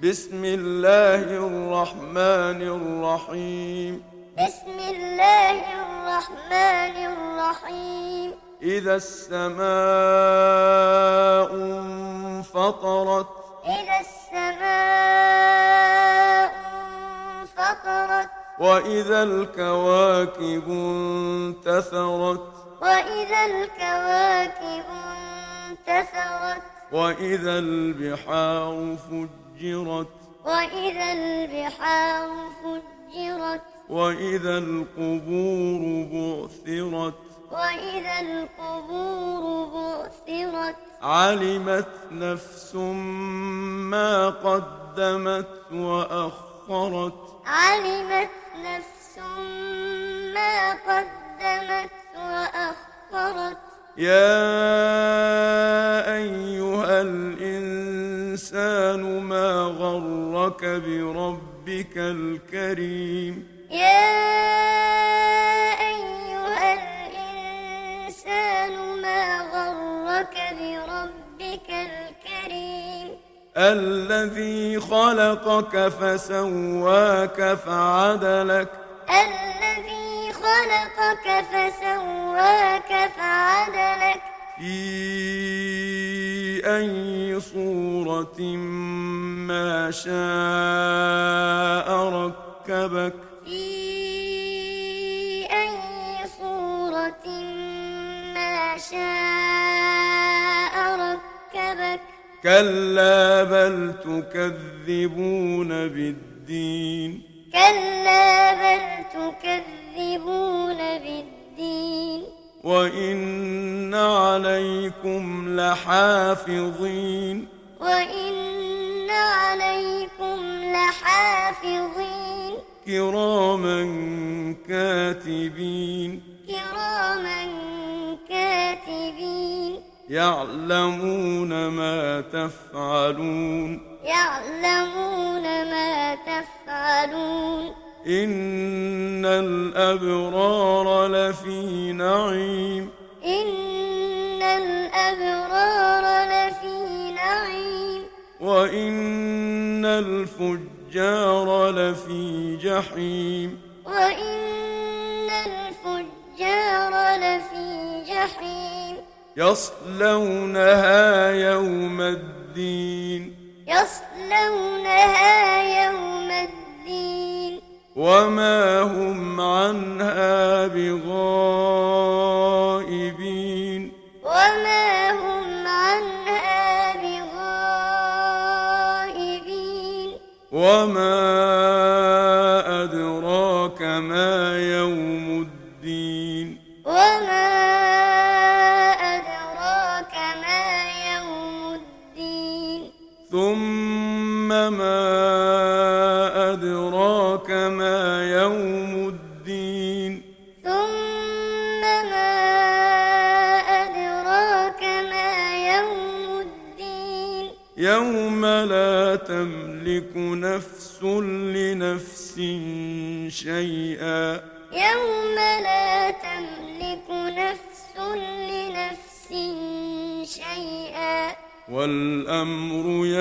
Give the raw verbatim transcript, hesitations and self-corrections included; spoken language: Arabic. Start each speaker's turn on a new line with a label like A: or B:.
A: بسم الله الرحمن الرحيم
B: بسم الله الرحمن الرحيم
A: إذا السماء انفطرت
B: إذا السماء انفطرت
A: وإذا الكواكب انتثرت
B: وإذا الكواكب انتثرت
A: وإذا البحار فجرت
B: وإذا البحار فجرت
A: وإذا القبور بعثرت
B: وإذا القبور بعثرت
A: علمت نفس ما قدمت وأخرت
B: علمت نفس ما قدمت وأخرت
A: يا أيها الإنسان ما غرك بربك الكريم
B: يا أيها الإنسان ما غرك بربك الكريم
A: الذي خلقك فسواك فعدلك
B: الذي خلقك فسواك فعدلك
A: في أي صورة ما شاء ركبك
B: في أي صورة ما شاء ركبك
A: كلا بل تكذبون بالدين
B: كلا بل تكذبون بالدين
A: وإن عليكم لحافظين
B: وإن عليكم لحافظين
A: كراما كاتبين
B: كراما كاتبين
A: يعلمون ما تفعلون
B: يعلمون ما تفعلون
A: إن الأبرار لفي نعيم
B: إن الأبرار لفي نعيم
A: وإن الفجار لفي جحيم
B: وإن الفجار لفي جحيم
A: يصلونها يوم الدين
B: يصلونها يوم الدين
A: وما هم عنها بغائبين
B: وما هم عنها بغائبين
A: وما أدراك ما يوم الدين
B: وما أدراك ما يوم الدين
A: ثم ما أدراك ما يوم الدين
B: ثم ما أدراك ما يوم الدين
A: يوم لا تملك نفس لنفس شيئا
B: يوم لا تملك نفس لنفس شيئا
A: والأمر